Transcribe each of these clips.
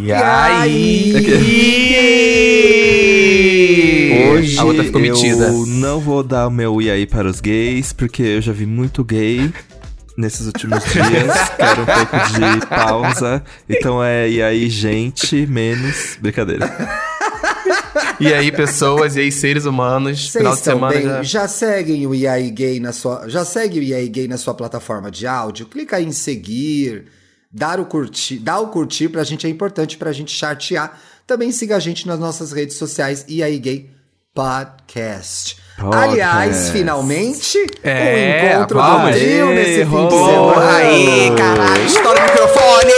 E aí? Hoje a outra ficou metida. Eu não vou dar o meu e aí para os gays, porque eu já vi muito gay nesses últimos dias. Quero um pouco de pausa. Então e aí, gente, menos brincadeira. E aí, pessoas, e aí, seres humanos. Vocês final de estão semana bem? Já seguem o IAI Gay na sua... Já segue o IAI Gay na sua plataforma de áudio? Clica aí em seguir, dá o curtir pra gente, é importante pra gente chartear. Também siga a gente nas nossas redes sociais, IAI Gay Podcast. Aliás, finalmente, o encontro do trio nesse fim de semana. Aí, caralho, estoura o microfone!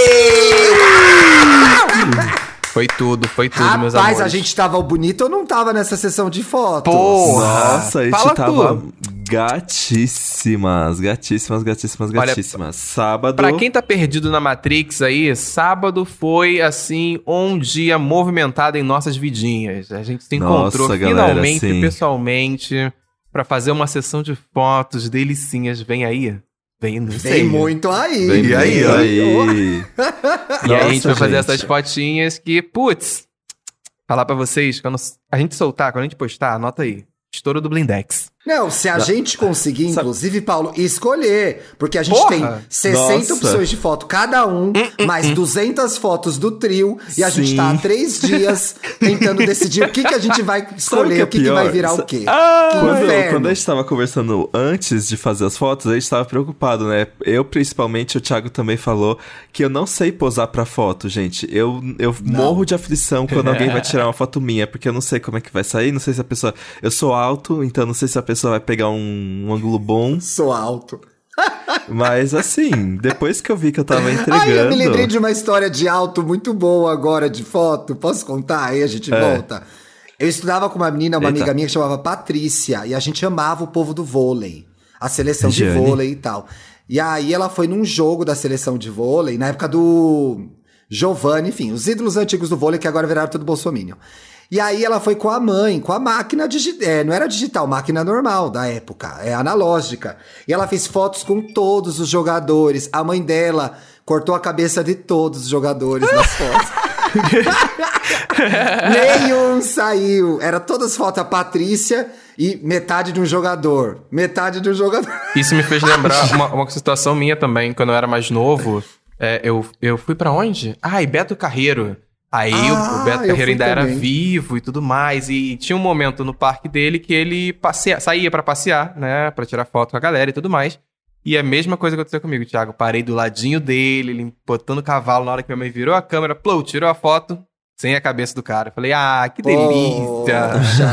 Foi tudo, meus amores. Rapaz, a gente tava bonito ou não tava nessa sessão de fotos? Nossa, a gente fala tava tu. gatíssimas. Olha, sábado... Pra quem tá perdido na Matrix aí, sábado foi, assim, um dia movimentado em nossas vidinhas. A gente se encontrou finalmente, galera, pessoalmente, pra fazer uma sessão de fotos delicinhas. Vem aí? Vem muito aí. Vem aí. E aí a gente vai fazer gente. essas fotinhas que, putz, falar pra vocês, quando a gente soltar, quando a gente postar, anota aí. Estouro do Blindex. Não, se a gente conseguir, inclusive, Paulo, escolher, porque a gente tem 60 opções de foto cada um, mais 200 fotos do trio, e a gente tá há 3 dias tentando decidir o que a gente vai escolher, o que vai virar o quê. Quando a gente tava conversando antes de fazer as fotos, a gente tava preocupado, né? Eu, principalmente, o Thiago também falou que eu não sei posar pra foto, gente. Eu morro de aflição quando alguém vai tirar uma foto minha, porque eu não sei como é que vai sair, não sei se a pessoa... Eu sou alto, então não sei se a pessoa vai pegar um ângulo bom. Sou alto. Mas assim, depois que eu vi que eu tava entregando... Ai, eu me lembrei de uma história de alto muito boa agora, de foto. Posso contar? Aí a gente volta. Eu estudava com uma menina, uma amiga minha que chamava Patrícia, e a gente amava o povo do vôlei. A seleção de vôlei e tal. E aí ela foi num jogo da seleção de vôlei, na época do Giovanni, enfim, os ídolos antigos do vôlei que agora viraram tudo bolsominion. E aí ela foi com a mãe, com a máquina digital, não era digital, máquina normal da época, analógica. E ela fez fotos com todos os jogadores. A mãe dela cortou a cabeça de todos os jogadores nas fotos. Nenhum saiu. Era todas as fotos da Patrícia e metade de um jogador. Isso me fez lembrar uma situação minha também, quando eu era mais novo. Eu fui pra onde? E Beto Carreiro. Aí o Beto Carreiro ainda era vivo e tudo mais. E tinha um momento no parque dele que ele saía pra passear, né? Pra tirar foto com a galera e tudo mais. E a mesma coisa aconteceu comigo, Thiago. Parei do ladinho dele, ele botando o cavalo. Na hora que minha mãe virou a câmera, tirou a foto sem a cabeça do cara. Eu falei, que delícia!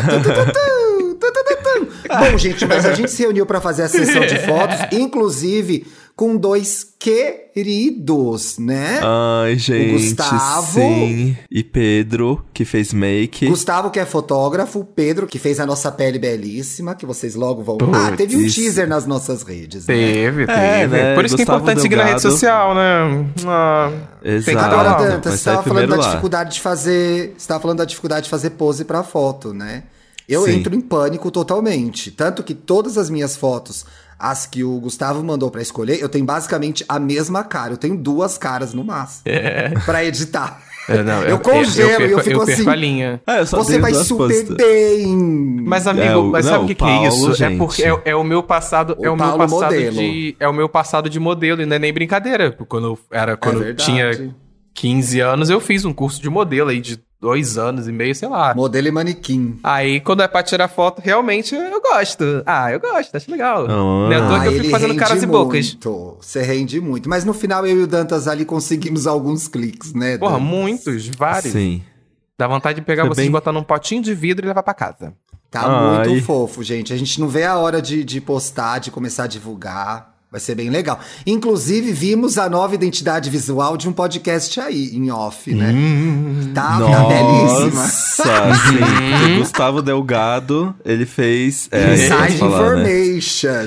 Bom, gente, mas a gente se reuniu pra fazer a sessão de fotos, inclusive com 2 queridos, né? Ai, gente, o Gustavo, sim. E Pedro, que fez make. Gustavo, que é fotógrafo. Pedro, que fez a nossa pele belíssima, que vocês logo vão... teve um teaser nas nossas redes, né? Teve. Né? Por isso que é importante seguir na rede social, né? Exato. Agora, Danta, você estava falando da dificuldade de fazer... Você estava falando da dificuldade de fazer pose pra foto, né? Eu entro em pânico totalmente. Tanto que todas as minhas fotos, as que o Gustavo mandou pra escolher, eu tenho basicamente a mesma cara. Eu tenho 2 caras no máximo pra editar. Eu congelo e eu fico assim... a linha. Você vai super bem. Mas, amigo, sabe o que é isso? Gente. É porque é o meu passado... É o meu passado de modelo. E não é nem brincadeira. Quando eu tinha 15 anos, eu fiz um curso de modelo aí de 2 anos e meio, sei lá. Modelo e manequim. Aí, quando é pra tirar foto, realmente eu gosto. Eu gosto, acho legal. Não é à toa que eu fico fazendo caras e bocas. Você rende muito. Mas no final, eu e o Dantas ali conseguimos alguns cliques, né? Porra, Dantas? muitos, vários. Sim. Dá vontade de pegar vocês, botar num potinho de vidro e levar pra casa. Tá muito fofo, gente. A gente não vê a hora de postar, de começar a divulgar. Vai ser bem legal. Inclusive, vimos a nova identidade visual de um podcast aí, em off, né? Tá belíssima. Nossa, sim. O Gustavo Delgado, ele fez... Inside Information.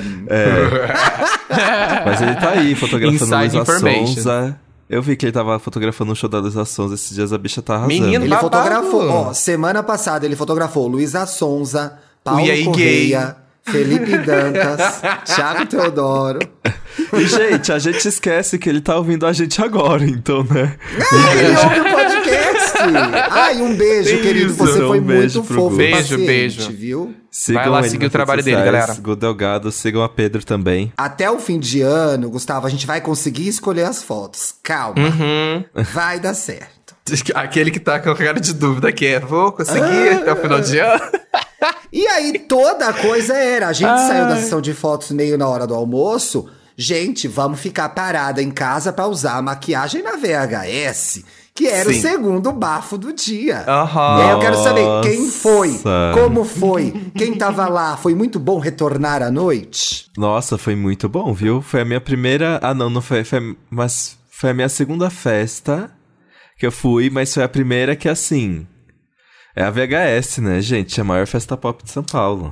Mas ele tá aí, fotografando Inside Luísa Information. Sonza. Eu vi que ele tava fotografando o show da Luísa Sonza esses dias, a bicha tá arrasando. Menino, Ele babado. fotografou, semana passada ele fotografou Luísa Sonza, Paulo Correia, Felipe Dantas, Thiago Teodoro. E, gente, a gente esquece que ele tá ouvindo a gente agora, então, né? Ele ouve o podcast! Ai, um beijo, querido. Você foi muito fofo. Beijo. Viu? Sigam vai lá seguir o trabalho dele, galera. Gu Delgado, sigam a Pedro também. Até o fim de ano, Gustavo, a gente vai conseguir escolher as fotos. Calma. Vai dar certo. Aquele que tá com a cara de dúvida que é, vou conseguir até o final de ano. E aí, toda a coisa era, a gente saiu da sessão de fotos meio na hora do almoço. Gente, vamos ficar parada em casa pra usar a maquiagem na VHS, que era o segundo bafo do dia. E aí eu quero saber quem foi, como foi, quem tava lá. Foi muito bom retornar à noite? Nossa, foi muito bom, viu? Foi a minha primeira... não foi, mas foi a minha segunda festa que eu fui, mas foi a primeira que, assim... É a VHS, né, gente? É a maior festa pop de São Paulo.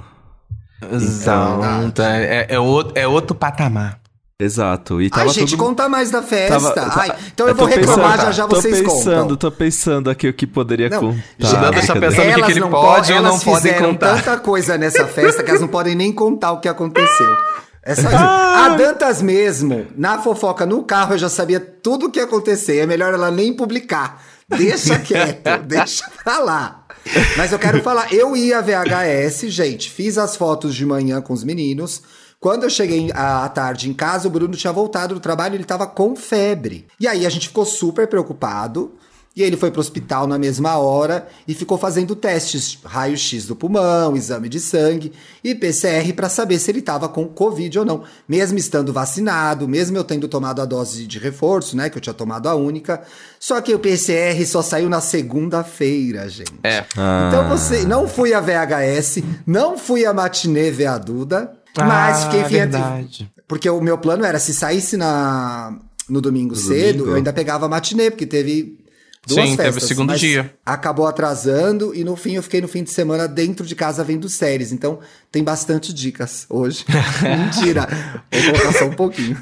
Exato. É outro patamar. Exato. E tava gente, conta mais da festa. Então eu vou reclamar, já vocês contam. Tô pensando aqui o que poderia contar. Nanda está pensando o que ele pode ou não pode contar. Elas fizeram tanta coisa nessa festa que elas não podem nem contar o que aconteceu. É só isso. A Dantas mesmo, na fofoca no carro, eu já sabia tudo o que ia acontecer. É melhor ela nem publicar. Deixa quieto, deixa pra lá. Mas eu quero falar, eu ia VHS, gente, fiz as fotos de manhã com os meninos. Quando eu cheguei à tarde em casa, o Bruno tinha voltado do trabalho e ele tava com febre. E aí a gente ficou super preocupado. E ele foi pro hospital na mesma hora e ficou fazendo testes, raio-x do pulmão, exame de sangue e PCR para saber se ele tava com Covid ou não. Mesmo estando vacinado, mesmo eu tendo tomado a dose de reforço, né, que eu tinha tomado a única. Só que o PCR só saiu na segunda-feira, gente. Então não fui a VHS, não fui a matinê ver a Duda, mas fiquei... Verdade. Porque o meu plano era, se saísse no domingo cedo, eu ainda pegava a matinê, porque teve... duas festas, teve o segundo dia. Acabou atrasando e no fim eu fiquei no fim de semana dentro de casa vendo séries. Então tem bastante dicas hoje. Mentira. Vou colocar só um pouquinho.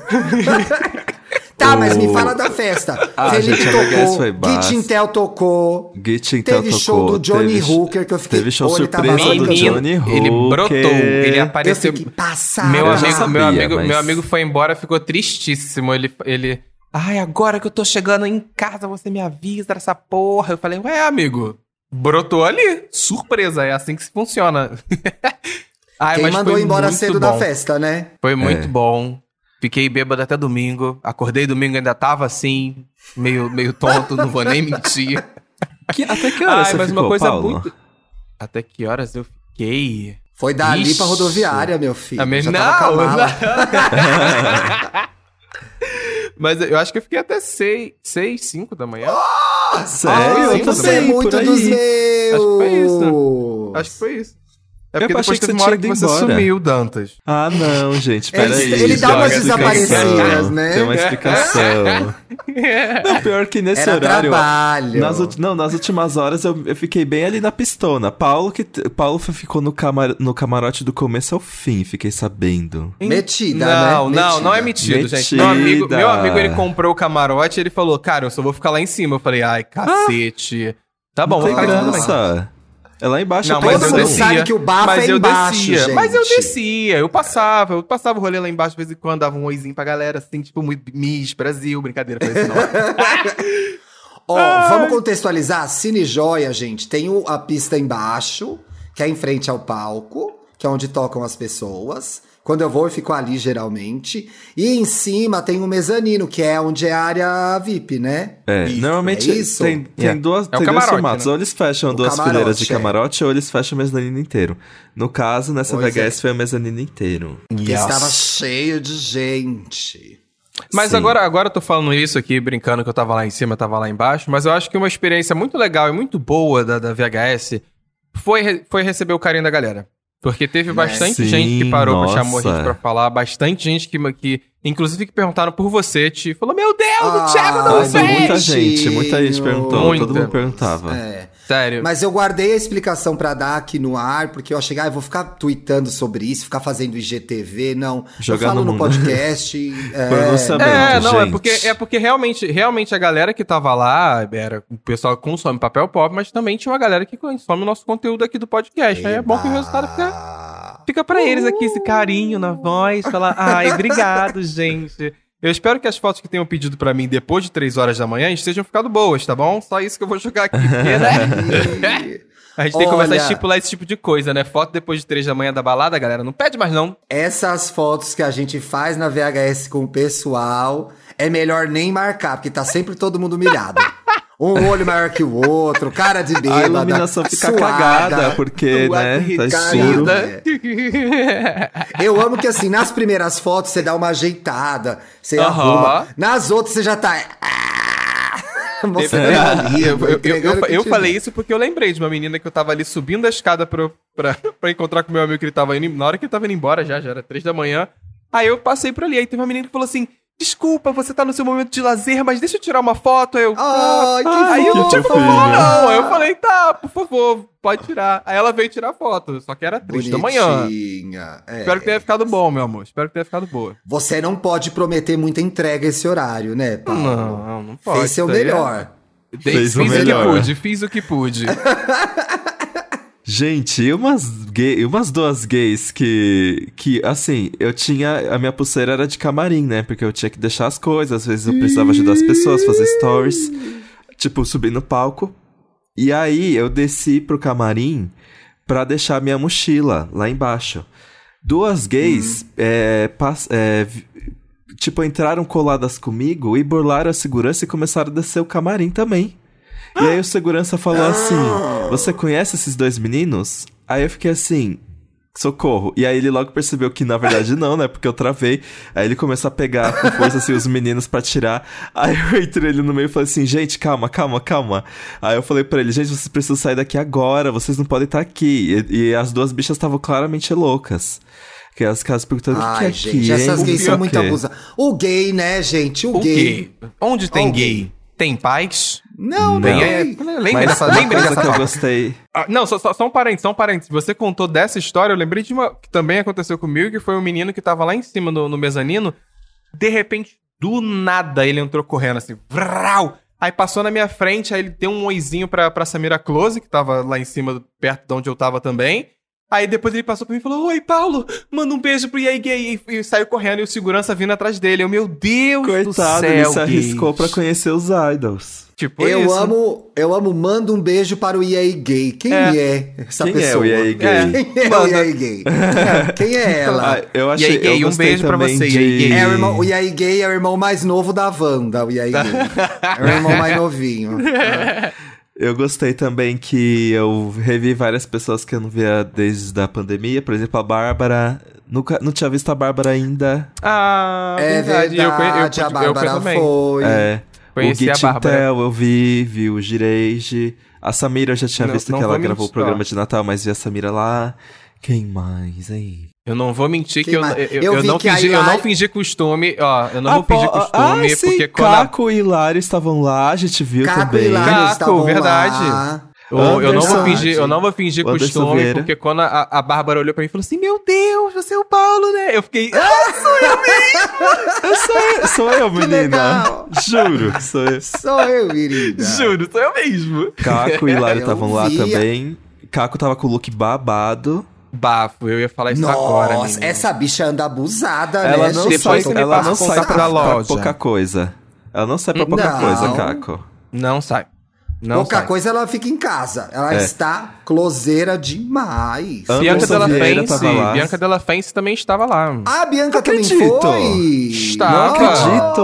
Tá, mas me fala da festa. Felipe tocou, Git Intel tocou. Teve show do Johnny Hooker que eu fiquei... Teve show surpresa do Johnny Hooker. Ele brotou, ele apareceu... Eu fiquei passado. Meu amigo foi embora, ficou tristíssimo. Ele ai, agora que eu tô chegando em casa, você me avisa dessa porra. Eu falei, ué, amigo, brotou ali. Surpresa, é assim que se funciona. Quem mandou embora cedo da festa, né? Foi muito bom. Fiquei bêbado até domingo. Acordei domingo, ainda tava assim, meio tonto, não vou nem mentir. Até que horas você ficou, Paulo? Até que horas eu fiquei? Foi dali pra rodoviária, meu filho. Não. Mas eu acho que eu fiquei até 6, 5 da manhã. Sério? Eu também, muito dos meus. Acho que foi isso. É porque depois teve uma hora que você sumiu, Dantas. Ah, não, gente, peraí. Ele dá umas desaparecidas, né? Tem uma explicação. Não, pior que nesse era horário... trabalho. Nas últimas horas eu fiquei bem ali na pistona. Paulo ficou no camarote do começo ao fim, fiquei sabendo. Metida, não, né? Não é metido, gente. Meu amigo, ele comprou o camarote e ele falou, cara, eu só vou ficar lá em cima. Eu falei, ai, cacete. Tá bom, vou ficar aqui também. É lá embaixo. Não, mas eu descia. Sabe que o bafo é embaixo, gente. Mas eu descia. Eu passava o rolê lá embaixo, de vez em quando, dava um oizinho pra galera, assim, tipo, Miss Brasil, brincadeira, foi isso não. Vamos contextualizar? Cine Joia, gente, tem a pista embaixo, que é em frente ao palco, que é onde tocam as pessoas. Quando eu vou, eu fico ali, geralmente. E em cima tem um mezanino, que é onde é a área VIP, né? Normalmente tem dois formatos. Né? Ou eles fecham duas fileiras de camarote, ou eles fecham o mezanino inteiro. No caso, nessa VHS foi o mezanino inteiro. Que estava cheio de gente. Mas agora eu tô falando isso aqui, brincando que eu tava lá em cima, eu tava lá embaixo. Mas eu acho que uma experiência muito legal e muito boa da VHS foi receber o carinho da galera. Porque teve bastante gente que parou, chamou a gente pra falar, bastante gente que inclusive que perguntaram por você, falou, meu Deus, o Thiago não veio! Muita gente perguntou, todo mundo perguntava. Sério. Mas eu guardei a explicação pra dar aqui no ar, porque eu achei, eu vou ficar tweetando sobre isso, ficar fazendo IGTV, não. Jogar eu falo no podcast. Gente. É porque realmente a galera que tava lá, era o pessoal que consome papel pop, mas também tinha uma galera que consome o nosso conteúdo aqui do podcast. Aí é bom que o resultado fica pra eles aqui, esse carinho na voz, falar, ai, obrigado, gente. Eu espero que as fotos que tenham pedido pra mim depois de 3 horas da manhã estejam ficando boas, tá bom? Só isso que eu vou jogar aqui. Porque, né? A gente tem que começar a estipular esse tipo de coisa, né? Foto depois de 3 da manhã da balada, galera, não pede mais não. Essas fotos que a gente faz na VHS com o pessoal, é melhor nem marcar, porque tá sempre todo mundo humilhado. Um olho maior que o outro, cara de bêbada, a iluminação fica suada, cagada, porque, né, tá escuro. Eu amo que, assim, nas primeiras fotos você dá uma ajeitada, você arruma. Nas outras você já tá... Eu falei isso porque eu lembrei de uma menina que eu tava ali subindo a escada pra encontrar com meu amigo que ele tava indo. Na hora que ele tava indo embora, já era 3 da manhã. Aí eu passei por ali, aí teve uma menina que falou assim... Desculpa, você tá no seu momento de lazer, mas deixa eu tirar uma foto. Aí eu não tinha como falar, não. Aí eu falei, tá, por favor, pode tirar. Aí ela veio tirar foto, só que era 3 da manhã. Espero que tenha ficado bom, meu amor. Espero que tenha ficado boa. Você não pode prometer muita entrega esse horário, né, Paulo? Não pode. Fez seu melhor. Fiz o melhor. Fiz o que pude. Gente, e umas duas gays que, assim, a minha pulseira era de camarim, né? Porque eu tinha que deixar as coisas, às vezes eu precisava ajudar as pessoas, fazer stories, tipo, subir no palco. E aí, eu desci pro camarim pra deixar minha mochila lá embaixo. Duas gays, entraram coladas comigo e burlaram a segurança e começaram a descer o camarim também. E aí o segurança falou assim, você conhece esses 2 meninos? Aí eu fiquei assim, socorro. E aí ele logo percebeu que na verdade não, né? Porque eu travei. Aí ele começou a pegar com força assim os meninos pra tirar. Aí eu entrei ali no meio e falei assim, gente, calma. Aí eu falei pra ele, gente, vocês precisam sair daqui agora, vocês não podem estar aqui. E as 2 bichas estavam claramente loucas. Que elas ficavam perguntando, o que é gente, aqui? Essas gays são muito abusadas. O gay, né, gente? O gay. Onde tem gay? Tem paz? Não. Lembre dessa que eu gostei. Não, só um parênteses. Você contou dessa história, eu lembrei de uma que também aconteceu comigo, que foi um menino que tava lá em cima no mezanino. De repente, do nada, ele entrou correndo assim. Vrau! Aí passou na minha frente, aí ele deu um oizinho pra Samira Close, que tava lá em cima, perto de onde eu tava também. Aí depois ele passou pra mim e falou, oi, Paulo, manda um beijo pro Yay Gay. E saiu correndo e o segurança vindo atrás dele. Meu Deus do céu, coitado, ele se arriscou pra conhecer os idols. Tipo eu amo, manda um beijo para o Yay Gay. Quem é essa pessoa? Quem é o Yay Gay? Quem é o Yay Gay? Quem é ela? Yay Gay, um beijo pra você, Yay Gay. O Yay Gay é o irmão mais novo da Wanda, o Yay Gay. É o irmão mais novinho. Eu gostei também que eu revi várias pessoas que eu não via desde a pandemia. Por exemplo, a Bárbara. Não tinha visto a Bárbara ainda. É verdade, a Bárbara foi. Conheci o Gitintel eu vi o Gireige. A Samira eu já tinha visto que ela gravou o programa de Natal, mas vi a Samira lá. Quem mais aí? Eu não vou mentir que eu não fingi costume, ó. Eu não vou fingir costume, sim, porque Caco e Hilário estavam lá, a gente viu também. Caco, verdade. Eu não vou fingir costume, porque quando a Bárbara olhou pra mim e falou assim, meu Deus, você é o Paulo, né? Eu fiquei, sou eu mesmo! Sou eu, menina. Juro, sou eu. Sou eu, menina. Juro, sou eu mesmo. Caco e Hilário estavam lá também. Caco tava com o look babado. Bafo, eu ia falar isso agora, menina. Nossa, essa bicha anda abusada, ela né? Ela não sai pra pouca coisa. Ela não sai pra pouca coisa, Caco. Não sai. Pouca coisa ela fica em casa. Ela está closeira demais. Bianca Della Fence também estava lá. A Bianca também foi? Estava. Não acredito.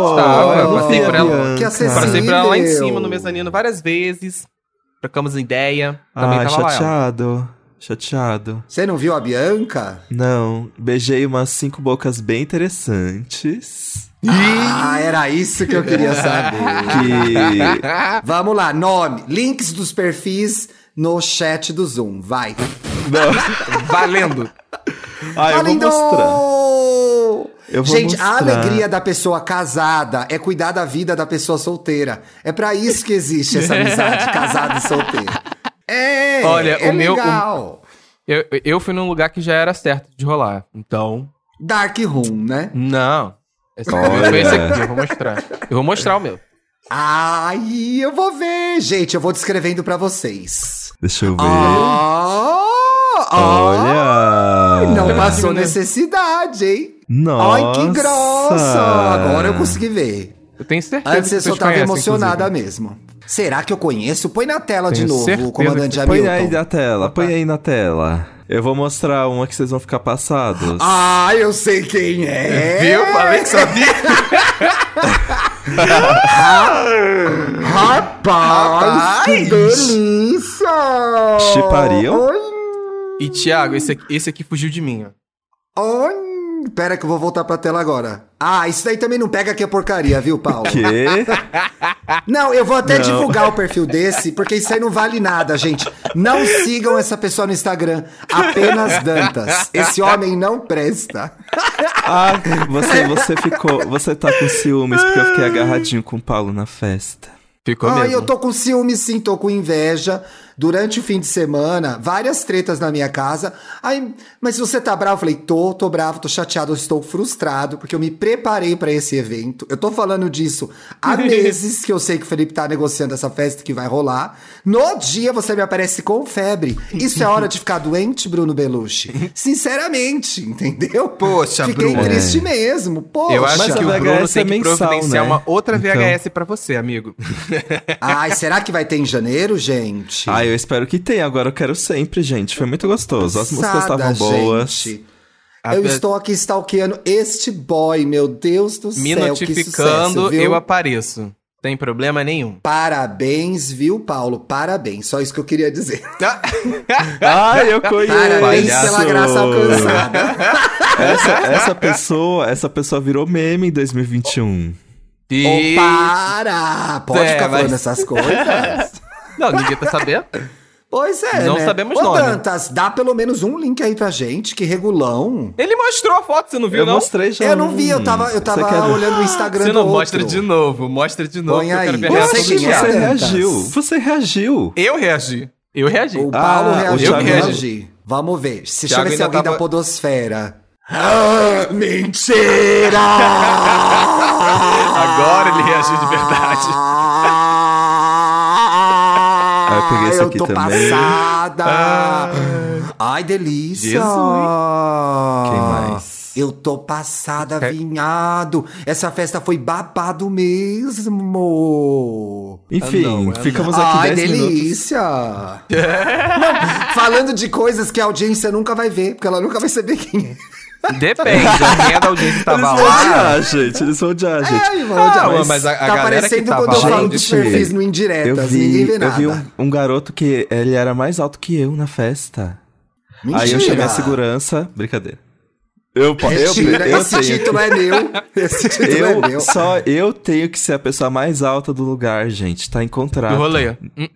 Passei por ela lá em cima no mezanino várias vezes. Trocamos ideia. Também tava lá. Chateado. Você não viu a Bianca? Não. Beijei umas 5 bocas bem interessantes. Era isso que eu queria saber. Vamos lá, nome. Links dos perfis no chat do Zoom. Vai. Valendo. Eu vou mostrar. Gente, a alegria da pessoa casada é cuidar da vida da pessoa solteira. É pra isso que existe essa amizade, casada e solteira. Olha, legal. Eu fui num lugar que já era certo de rolar, então... Dark Room, né? Não. Foi esse aqui, eu vou mostrar. Eu vou mostrar o meu. Ai, eu vou ver. Gente, eu vou descrevendo pra vocês. Deixa eu ver. Olha! Não passou necessidade, hein? Nossa. Ai, que grossa! Agora eu consegui ver. Eu tenho certeza Antes você só tava conhecem, emocionada inclusive. mesmo. Será que eu conheço? Põe na tela de Tenho novo, certeza o comandante Hamilton. Põe aí na tela, põe aí na tela. Eu vou mostrar uma que vocês vão ficar passados. Ah, eu sei quem é! Viu? Falei que sabia. Rapaz, que delícia! Chipariam? Oi, E, Thiago, esse aqui fugiu de mim, ó. oi. Pera que eu vou voltar pra tela agora. Ah, isso daí também não pega que é porcaria, viu, Paulo? Quê? Não, eu vou até divulgar o perfil desse, porque isso aí não vale nada, gente. Não sigam essa pessoa no Instagram. Apenas Dantas. Esse homem não presta. Ah, você tá com ciúmes porque eu fiquei agarradinho com o Paulo na festa. Ficou Ai, mesmo. eu tô com ciúme sim, tô com inveja. Durante o fim de semana, várias tretas na minha casa. Ai, mas se você tá bravo, eu falei, tô bravo, tô chateado, eu estou frustrado, porque eu me preparei pra esse evento. Eu tô falando disso há meses que eu sei que o Felipe tá negociando essa festa que vai rolar. No dia você me aparece com febre. Isso é hora de ficar doente, Bruno Belushi? Sinceramente, entendeu? Poxa, Fiquei Bruno. triste mesmo, poxa. Eu acho Mas que a o VHS Bruno tem é que mensal, providenciar né? uma outra Então. VHS pra você, amigo. Ai, será que vai ter em janeiro, gente? Ah, eu espero que tenha. Agora eu quero sempre, gente. Foi muito gostoso. As músicas estavam boas. Gente. Eu estou aqui stalkeando este boy, meu Deus do Me céu, notificando, que sucesso, viu? eu apareço. Tem problema nenhum. Parabéns, viu, Paulo? Parabéns, só isso que eu queria dizer. Ah, eu conheço! Parabéns pela graça alcançada. Essa pessoa virou meme em 2021. E... Para! Pode ficar falando essas coisas? Não, ninguém tá sabendo. Pois é, Não né? sabemos Ô, nome. Dantas, dá pelo menos um link aí pra gente, que regulão. Ele mostrou a foto, você não viu, Eu não? mostrei já. Eu não vi, eu tava Você quer- olhando o Instagram Você do não outro. mostra de novo, mostra de novo. Põe que eu quero aí. ver a Eu reação sei do quem é. Thiago. Você Dantas. reagiu. Você reagiu. Eu reagi. O Paulo Ah, reagiu. eu que reagi. reagi. Vamos ver. Se Thiago chama esse ainda alguém tava- da podosfera. Ah, mentira! Agora ele reagiu de verdade. eu peguei esse Eu aqui tô também. passada. Ai, delícia. Jesus. Quem mais? Eu tô passada, vinhado. Essa festa foi babado mesmo. Enfim, Não, ficamos aqui Ai, 10 minutos. delícia! Não, falando de coisas que a audiência nunca vai ver, porque ela nunca vai saber quem é. Depende, quem é da audiência tava Eles vão lá. odiar, gente. Eles vão odiar, gente. Ai, vamos odiar, Ah, mas a tá galera que parecendo tava quando eu lá, falo dos gente, perfis no indiretas, ninguém vê nada. Eu vi um garoto que ele era mais alto que eu na festa. Mentira. Aí eu chamei a segurança. Brincadeira. Mentira, eu esse tenho título é meu. Esse título é meu. Só eu tenho que ser a pessoa mais alta do lugar, gente. Tá em contrato. Do rolê.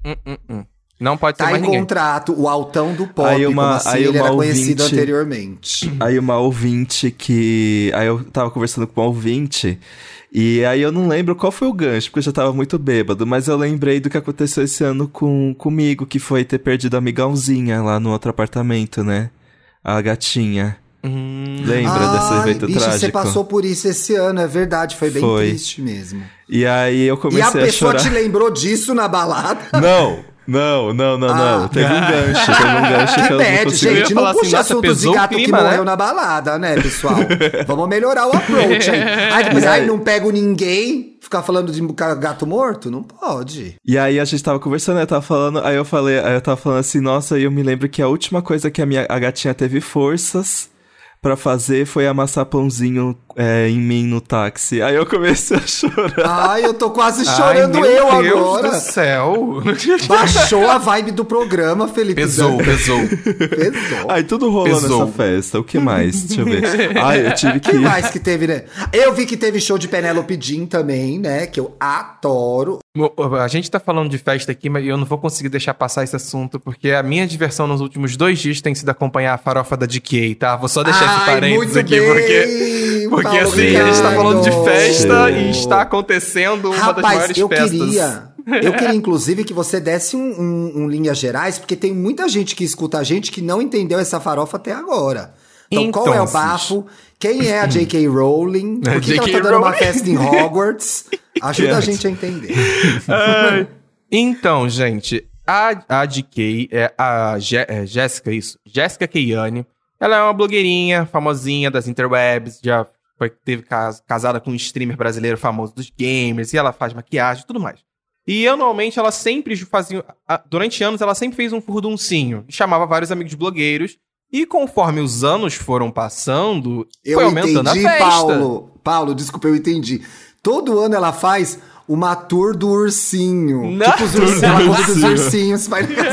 Não pode ser Tá mais em ninguém. contrato, o altão do pop, Aí como assim aí ele uma era conhecido ouvinte- anteriormente. Aí uma ouvinte que... Aí eu tava conversando com uma ouvinte... E aí eu não lembro qual foi o gancho, porque eu já tava muito bêbado. Mas eu lembrei do que aconteceu esse ano comigo, que foi ter perdido a amigãozinha lá no outro apartamento, né? A gatinha. Lembra desse evento bicho, trágico? você passou por isso esse ano, é verdade, foi bem Foi. triste mesmo. E aí eu E a comecei a pessoa chorar. te lembrou disso na balada? Não. Teve um gancho que eu não Que bad, consigo... Eu ia gente, falar não assim, puxa nossa, assunto de pesou o gato clima, que né? morreu na balada, né, pessoal? Vamos melhorar o approach, hein? Ai, depois, não pego ninguém, ficar falando de gato morto? Não pode. E aí a gente tava conversando, eu tava falando, aí eu tava falando assim, nossa, e eu me lembro que a última coisa que a gatinha teve forças pra fazer foi amassar pãozinho em mim no táxi. Aí eu comecei a chorar. Ai, eu tô quase chorando Ai, eu meu Deus agora. do céu. Baixou a vibe do programa, Felipe. Pesou. Pesou. Aí tudo rolou Pesou. nessa festa. O que mais? Deixa eu ver. Ai, eu tive O que... que mais que teve, né? Eu vi que teve show de Penélope Jean também, né? Que eu adoro. A gente tá falando de festa aqui, mas eu não vou conseguir deixar passar esse assunto, porque a minha diversão nos últimos 2 dias tem sido acompanhar a farofa da DK, tá? Vou só deixar esse parênteses muito aqui, bem, porque Paulo assim, a gente tá falando de Ricardo. festa Sim. e está acontecendo uma das Rapaz, maiores eu festas. queria, inclusive, que você desse um linhas gerais, porque tem muita gente que escuta a gente que não entendeu essa farofa até agora. Então, qual é o bafo? Quem é a J.K. Rowling? Por que ela tá dando uma festa em Hogwarts? Ajuda a gente a entender. Então, gente, a DK é a Jéssica, isso. Jéssica Keiane. Ela é uma blogueirinha famosinha das interwebs, já teve casada com um streamer brasileiro famoso dos gamers, e ela faz maquiagem e tudo mais. E anualmente ela sempre fazia, durante anos ela sempre fez um furduncinho, e chamava vários amigos blogueiros, e conforme os anos foram passando, foi aumentando a festa. Paulo, desculpa, eu entendi. Todo ano ela faz uma tour do ursinho. Não. Tipo os ursinhos, ela convida os ursinhos.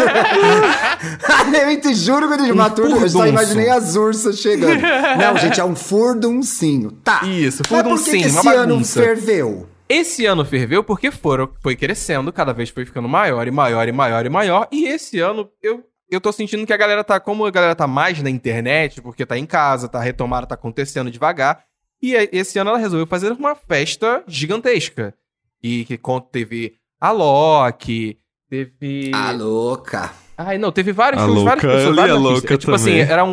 Eu juro que eu entendi uma tour do ursinho. Eu só imaginei as ursas chegando. Não, gente, é um furduncinho. Tá. Isso, furduncinho, uma bagunça. Mas por que esse ano ferveu? Esse ano ferveu porque foi crescendo, cada vez foi ficando maior e maior e maior e maior. E esse ano, eu tô sentindo que a galera tá... Como a galera tá mais na internet, porque tá em casa, tá retomada, tá acontecendo devagar. E esse ano ela resolveu fazer uma festa gigantesca. E que teve a Loki, teve... A louca. Ai, não, teve vários shows, várias pessoas, vários artistas. Tipo assim,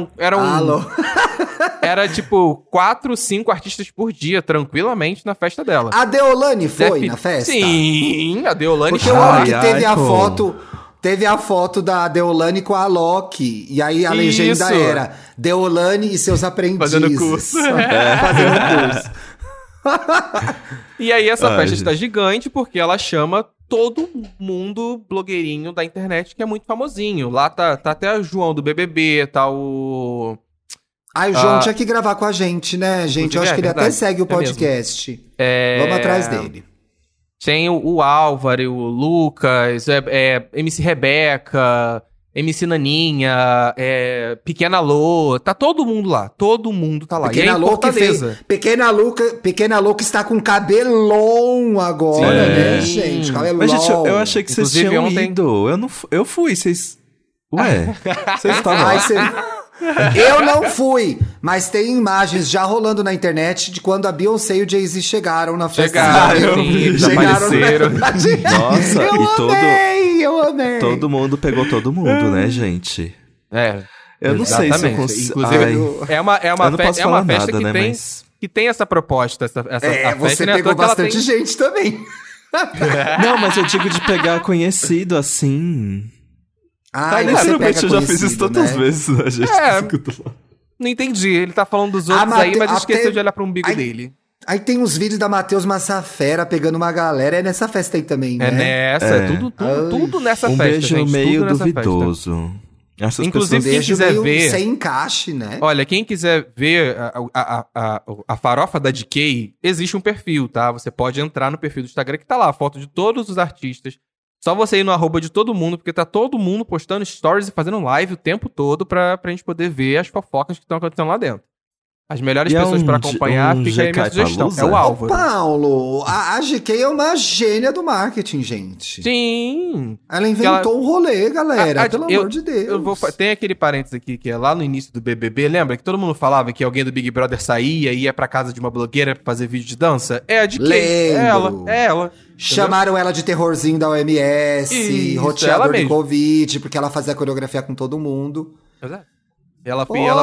era tipo 4, 5 artistas por dia, tranquilamente, na festa dela. A Deolane foi na festa? Sim, a Deolane foi. Porque eu amo que teve a foto da Deolane com a Loki. E aí a legenda era Deolane e seus aprendizes. Fazendo curso. Fazendo curso. E aí essa festa está gigante porque ela chama todo mundo blogueirinho da internet que é muito famosinho. Lá tá até o João do BBB, tá o... o João tinha que gravar com a gente, né, gente? Eu acho que ele até segue o podcast. Vamos atrás dele. Tem o Álvaro, o Lucas, MC Rebeca, MC Naninha, Pequena Lô, tá todo mundo lá. Todo mundo tá lá. Pequena Lô que fez. Pequena Lô que está com cabelão agora, né, gente? Cabelão. Mas, gente, eu achei que vocês tinham ido. Eu fui, vocês... Ué, vocês estavam lá. Eu não fui, mas tem imagens já rolando na internet de quando a Beyoncé e o Jay-Z chegaram na festa. Chegaram. Nossa, eu amei. Todo mundo pegou todo mundo, né, gente? Eu não sei se eu consigo... Inclusive, é uma festa que, né, que tem essa proposta. Você pegou bastante gente também. Não, mas eu digo de pegar conhecido assim... Provavelmente eu já fiz isso tantas vezes, né, gente? Não entendi. Ele tá falando dos outros aí, mas esqueceu de olhar pro umbigo dele. Aí tem uns vídeos da Matheus Massafera pegando uma galera. É nessa festa aí também, né? Tudo nessa festa, beijo gente. Meio duvidoso. Inclusive, quem quiser ver... sem encaixe, né? Olha, quem quiser ver a farofa da DK, existe um perfil, tá? Você pode entrar no perfil do Instagram que tá lá, a foto de todos os artistas. Só você ir no @ de todo mundo, porque tá todo mundo postando stories e fazendo live o tempo todo pra gente poder ver as fofocas que estão acontecendo lá dentro. As melhores pessoas pra acompanhar, fica aí a minha sugestão. É o Álvaro. Paulo, a GK é uma gênia do marketing, gente. Sim. Ela inventou um rolê, galera, pelo amor de Deus. Tem aquele parênteses aqui, que é lá no início do BBB, lembra? Que todo mundo falava que alguém do Big Brother saía e ia pra casa de uma blogueira pra fazer vídeo de dança? É a GK. É ela. Chamaram ela de terrorzinho da OMS, roteador de Covid, porque ela fazia coreografia com todo mundo. Exato. Ela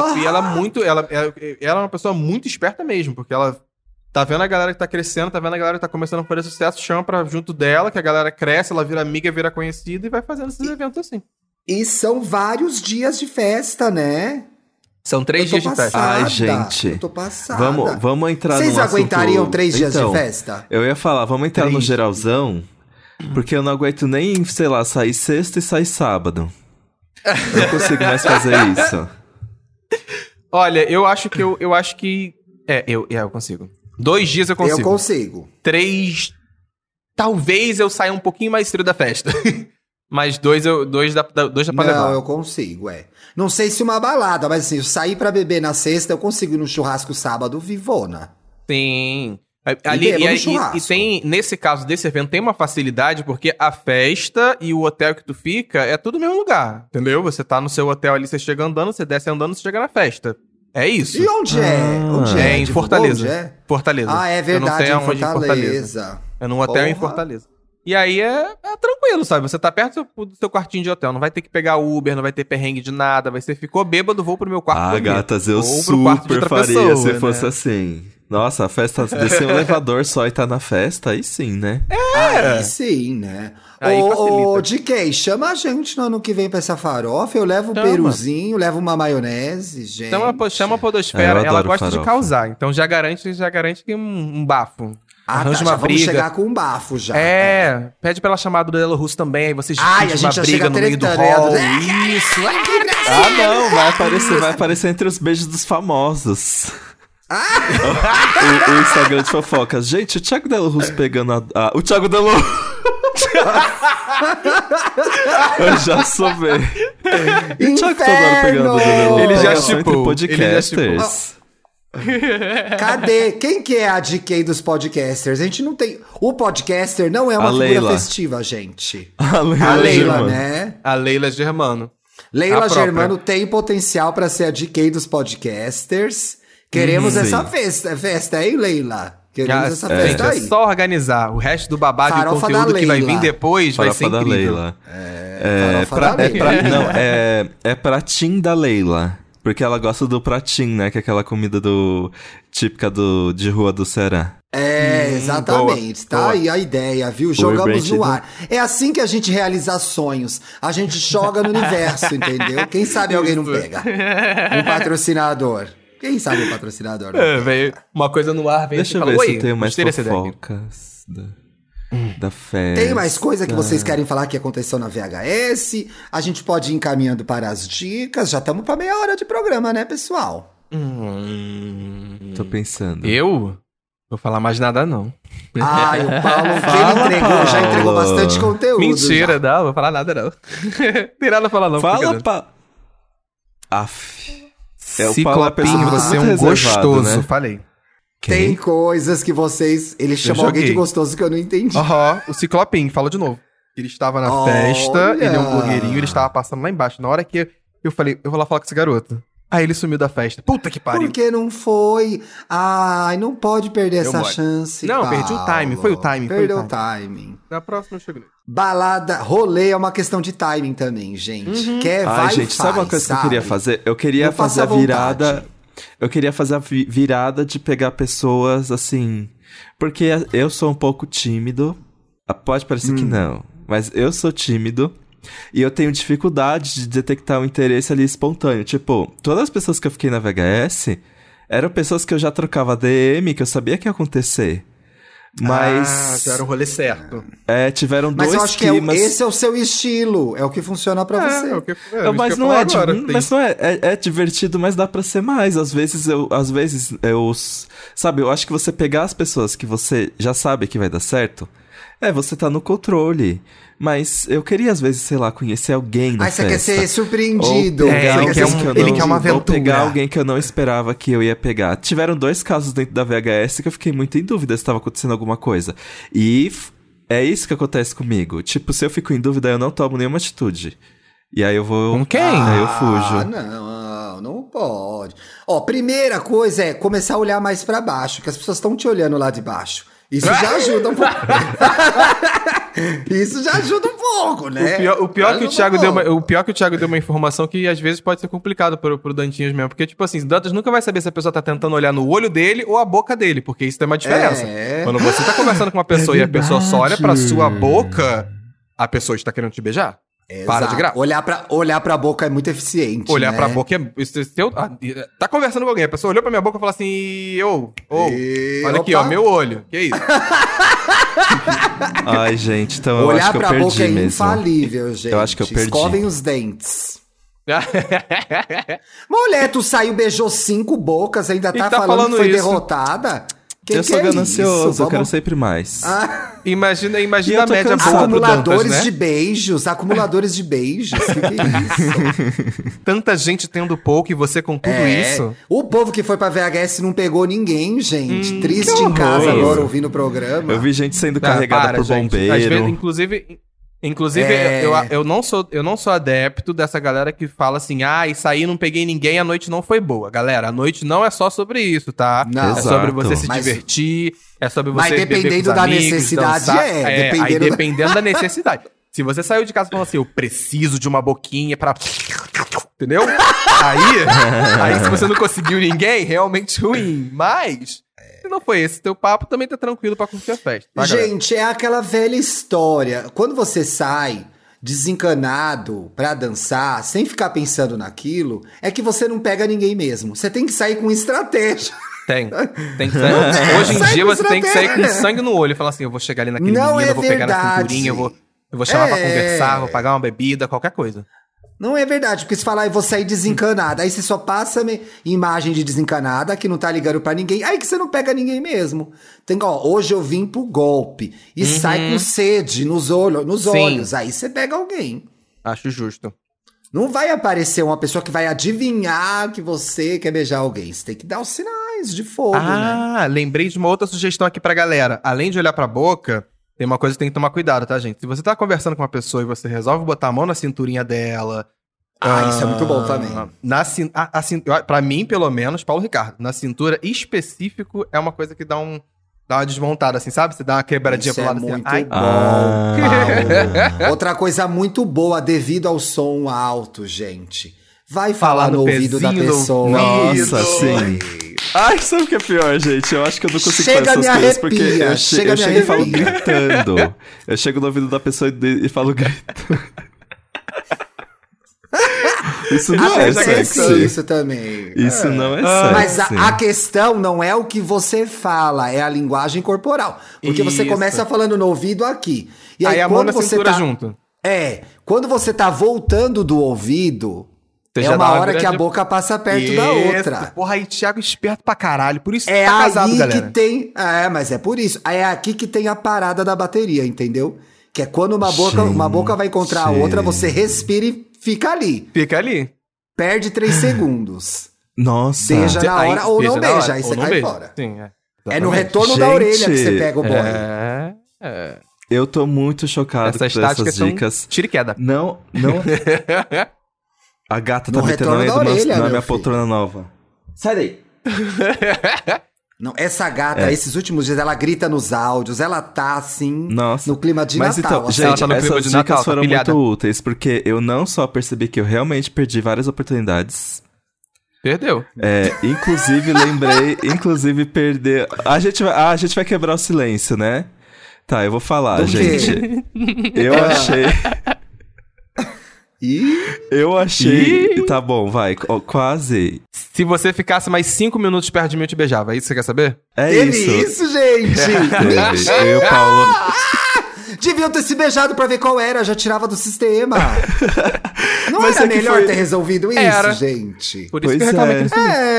é uma pessoa muito esperta mesmo, porque ela tá vendo a galera que tá crescendo, tá vendo a galera que tá começando a fazer sucesso, chama pra junto dela, que a galera cresce, ela vira amiga, vira conhecida e vai fazendo esses eventos assim. E são vários dias de festa, né? São 3 dias de festa. Ai, gente. Eu tô passada. Vamos entrar no assunto. Vocês aguentariam 3 dias de festa? Eu ia falar, vamos entrar no geralzão, porque eu não aguento nem, sei lá, sair sexta e sair sábado. Não consigo mais fazer isso. Olha, eu acho que... eu consigo. 2 dias eu consigo. Eu consigo. 3... Talvez eu saia um pouquinho mais cedo da festa. Mas 2 dá pra levar. Não, eu consigo, Não sei se uma balada, mas assim, eu sair pra beber na sexta, eu consigo ir no churrasco sábado, vivona. Sim. E tem, nesse caso desse evento, tem uma facilidade, porque a festa e o hotel que tu fica é tudo no mesmo lugar, entendeu? Você tá no seu hotel ali, você chega andando, você desce andando, você chega na festa. É isso. E onde é? Onde é? Em Fortaleza. Onde é? Fortaleza. É verdade, em Fortaleza. É num hotel em Fortaleza. E aí é tranquilo, sabe? Você tá perto do seu quartinho de hotel, não vai ter que pegar Uber, não vai ter perrengue de nada, você ficou bêbado, vou pro meu quarto. Gatas, eu super faria pessoa, se fosse assim. Nossa, a festa, descer um elevador só e tá na festa, aí sim, né? Aí sim, né? Ô, DK, chama a gente no ano que vem pra essa farofa, eu levo um peruzinho, levo uma maionese, gente. Chama a podosfera, ela gosta de causar, então já garante que um bafo. Arranja uma briga. Vamos chegar com um bafo já. Pede pra ela chamar do Delo Russo também, aí vocês discutem uma briga no meio do hall. Isso, não, vai aparecer entre os beijos dos famosos. O Instagram de fofocas. Gente, o Thiago Delo Russo pegando o Thiago Delo eu já soube. O Thiago toda hora pegando o Delo. Ele já chipou podcasters. Cadê? Quem que é a DK dos podcasters? A gente não tem... O podcaster não é uma figura festiva, gente. A Leila, né? A Leila Germano. Leila Germano tem potencial pra ser a DK dos podcasters. Queremos essa festa, hein, Leila? Queremos essa festa aí. É só organizar. O resto do babado e conteúdo que vai vir depois vai ser incrível. Leila. É pratim da Leila. Porque ela gosta do pratim, né? Que é aquela comida típica de Rua do Ceará. Exatamente. Tá aí a ideia, viu? Jogamos no ar. É assim que a gente realiza sonhos. A gente joga no universo, entendeu? Quem sabe alguém não pega. Um patrocinador. Quem sabe o patrocinador? Veio uma coisa no ar, veio. Deixa eu ver se eu tenho mais fofocas da festa. Tem mais coisa que vocês querem falar que aconteceu na VHS? A gente pode ir encaminhando para as dicas. Já estamos para meia hora de programa, né, pessoal? Tô pensando. Eu? Vou falar mais nada, não. O Paulo, já entregou bastante conteúdo. Mentira, não, vou falar nada, não. Tem nada a falar, não. Fala, Ciclopinho, você é um gostoso, né? Falei. Tem coisas que vocês... Ele chamou alguém de gostoso que eu não entendi. O Ciclopinho, fala de novo. Ele estava na festa, ele é um blogueirinho, ele estava passando lá embaixo. Na hora que eu falei, eu vou lá falar com esse garoto. Aí ele sumiu da festa. Puta que pariu. Porque não foi? Ai, não pode perder essa chance, Não, perdi o timing. Foi o timing. Perdeu o timing. Na próxima eu chego nele. Balada, rolê é uma questão de timing também, gente. Sabe uma coisa que eu queria fazer? Eu queria fazer a virada... Eu queria fazer a virada de pegar pessoas, assim... Porque eu sou um pouco tímido. Pode parecer que não. Mas eu sou tímido. E eu tenho dificuldade de detectar um interesse ali espontâneo. Tipo, todas as pessoas que eu fiquei na VHS eram pessoas que eu já trocava DM, que eu sabia que ia acontecer. Mas... já era o rolê certo. Tiveram dois climas... Mas eu acho que esse é o seu estilo. É o que funciona pra você. Mas não é divertido, mas dá pra ser mais. Às vezes eu... Sabe, eu acho que você pegar as pessoas que você já sabe que vai dar certo... você tá no controle. Mas eu queria, às vezes, sei lá, conhecer alguém na festa. Você quer ser surpreendido. Ele quer uma aventura. Ou pegar alguém que eu não esperava que eu ia pegar. Tiveram 2 casos dentro da VHS que eu fiquei muito em dúvida se estava acontecendo alguma coisa. E é isso que acontece comigo. Tipo, se eu fico em dúvida, eu não tomo nenhuma atitude. E aí eu vou... Com quem? Aí eu fujo. Não pode. Primeira coisa é começar a olhar mais pra baixo, que as pessoas estão te olhando lá de baixo. Isso já ajuda um pouco. Isso já ajuda um pouco, né? O pior que o Thiago deu uma informação que às vezes pode ser complicado pro Dantinhos mesmo. Porque, tipo assim, o Dantas nunca vai saber se a pessoa tá tentando olhar no olho dele ou a boca dele, porque isso tem uma diferença. Quando você tá conversando com uma pessoa e a pessoa só olha pra sua boca, a pessoa está querendo te beijar. Exato. Para de graça. Olhar pra boca é muito eficiente. Olhar pra boca é. Tá conversando com alguém, a pessoa olhou pra minha boca e falou assim: olha aqui, ó, meu olho. Que isso? Ai, gente, então eu acho que eu perdi mesmo. Olhar pra boca é infalível, gente. Eu acho que eu perdi. Escovem os dentes. Mulher, tu saiu, beijou 5 bocas, ainda tá falando que foi derrotada? Eu sou ganancioso, eu quero sempre mais. Imagina a média boa acumuladores Dantas, né? de beijos, acumuladores de beijos. Que é isso? Tanta gente tendo pouco e você com tudo isso. O povo que foi pra VHS não pegou ninguém, gente. Triste em casa agora ouvindo o programa. Eu vi gente sendo carregada por bombeiro. Às vezes, Inclusive, eu não sou adepto dessa galera que fala assim, isso aí não peguei ninguém, a noite não foi boa. Galera, a noite não é só sobre isso, tá? Não. É sobre você se divertir, é sobre você beber com os amigos, da necessidade, dançar. Dependendo da necessidade. Se você saiu de casa falando assim, eu preciso de uma boquinha pra... Entendeu? Aí se você não conseguiu ninguém, realmente ruim. Mas... se não foi esse teu papo, também tá tranquilo pra curtir a festa. Tá, gente, é aquela velha história. Quando você sai desencanado pra dançar, sem ficar pensando naquilo, é que você não pega ninguém mesmo. Você tem que sair com estratégia. Tem que sair. Hoje em dia você tem que sair com sangue no olho e falar assim, eu vou chegar ali naquele menino, eu vou pegar na cinturinha, eu vou chamar pra conversar, vou pagar uma bebida, qualquer coisa. Não é verdade, porque se falar, eu vou sair desencanada, aí você só passa imagem de desencanada, que não tá ligando pra ninguém, aí que você não pega ninguém mesmo. Hoje eu vim pro golpe, e sai com sede nos olhos, aí você pega alguém. Acho justo. Não vai aparecer uma pessoa que vai adivinhar que você quer beijar alguém, você tem que dar os sinais de fogo, né? Lembrei de uma outra sugestão aqui pra galera. Além de olhar pra boca... tem uma coisa que tem que tomar cuidado, tá, gente? Se você tá conversando com uma pessoa e você resolve botar a mão na cinturinha dela... isso é muito bom também. Pra mim, pelo menos, Paulo Ricardo, na cintura específico é uma coisa que dá uma desmontada, assim, sabe? Você dá uma quebradinha pro lado muito assim. Bom. Outra coisa muito boa, devido ao som alto, gente. Vai falar no ouvido da pessoa. Nossa, sim. Ai, sabe o que é pior, gente? Eu acho que eu não consigo fazer essas coisas porque eu chego e falo gritando. Eu chego no ouvido da pessoa e falo gritando. Isso não é sexy. Isso também. Isso não é sexy. Mas a questão não é o que você fala, é a linguagem corporal. Porque você começa falando no ouvido aqui. E aí a mão na cintura junto. Quando você tá voltando do ouvido... é uma hora que a boca passa perto da outra. Porra, aí Thiago esperto pra caralho. Por isso que tá casado, galera. Que tem... mas é por isso. É aqui que tem a parada da bateria, entendeu? Que é quando uma boca vai encontrar a outra, você respira e fica ali. Fica ali. Perde 3 segundos. Nossa. Beija na hora ou não beija, aí você cai fora. Sim, é no retorno da orelha que você pega o boy. Eu tô muito chocado com essas dicas. Tira e queda. Não. A gata tá metendo na minha poltrona nova. Sai daí. Não, essa gata, esses últimos dias, ela grita nos áudios, ela tá assim, no clima de Natal. Então, gente, ela tá no clima de Natal, dicas foram muito úteis, porque eu não só percebi que eu realmente perdi várias oportunidades. Perdeu. Inclusive perder... A gente vai quebrar o silêncio, né? Tá, eu vou falar, gente. Eu achei... Eu achei... Tá bom, vai, quase. Se você ficasse mais 5 minutos perto de mim, eu te beijava. É isso que você quer saber? Isso, gente! Eu, Paulo... Deviam ter se beijado pra ver qual era, já tirava do sistema. Não mas era melhor ter resolvido isso, gente? Por isso que eu reclamei que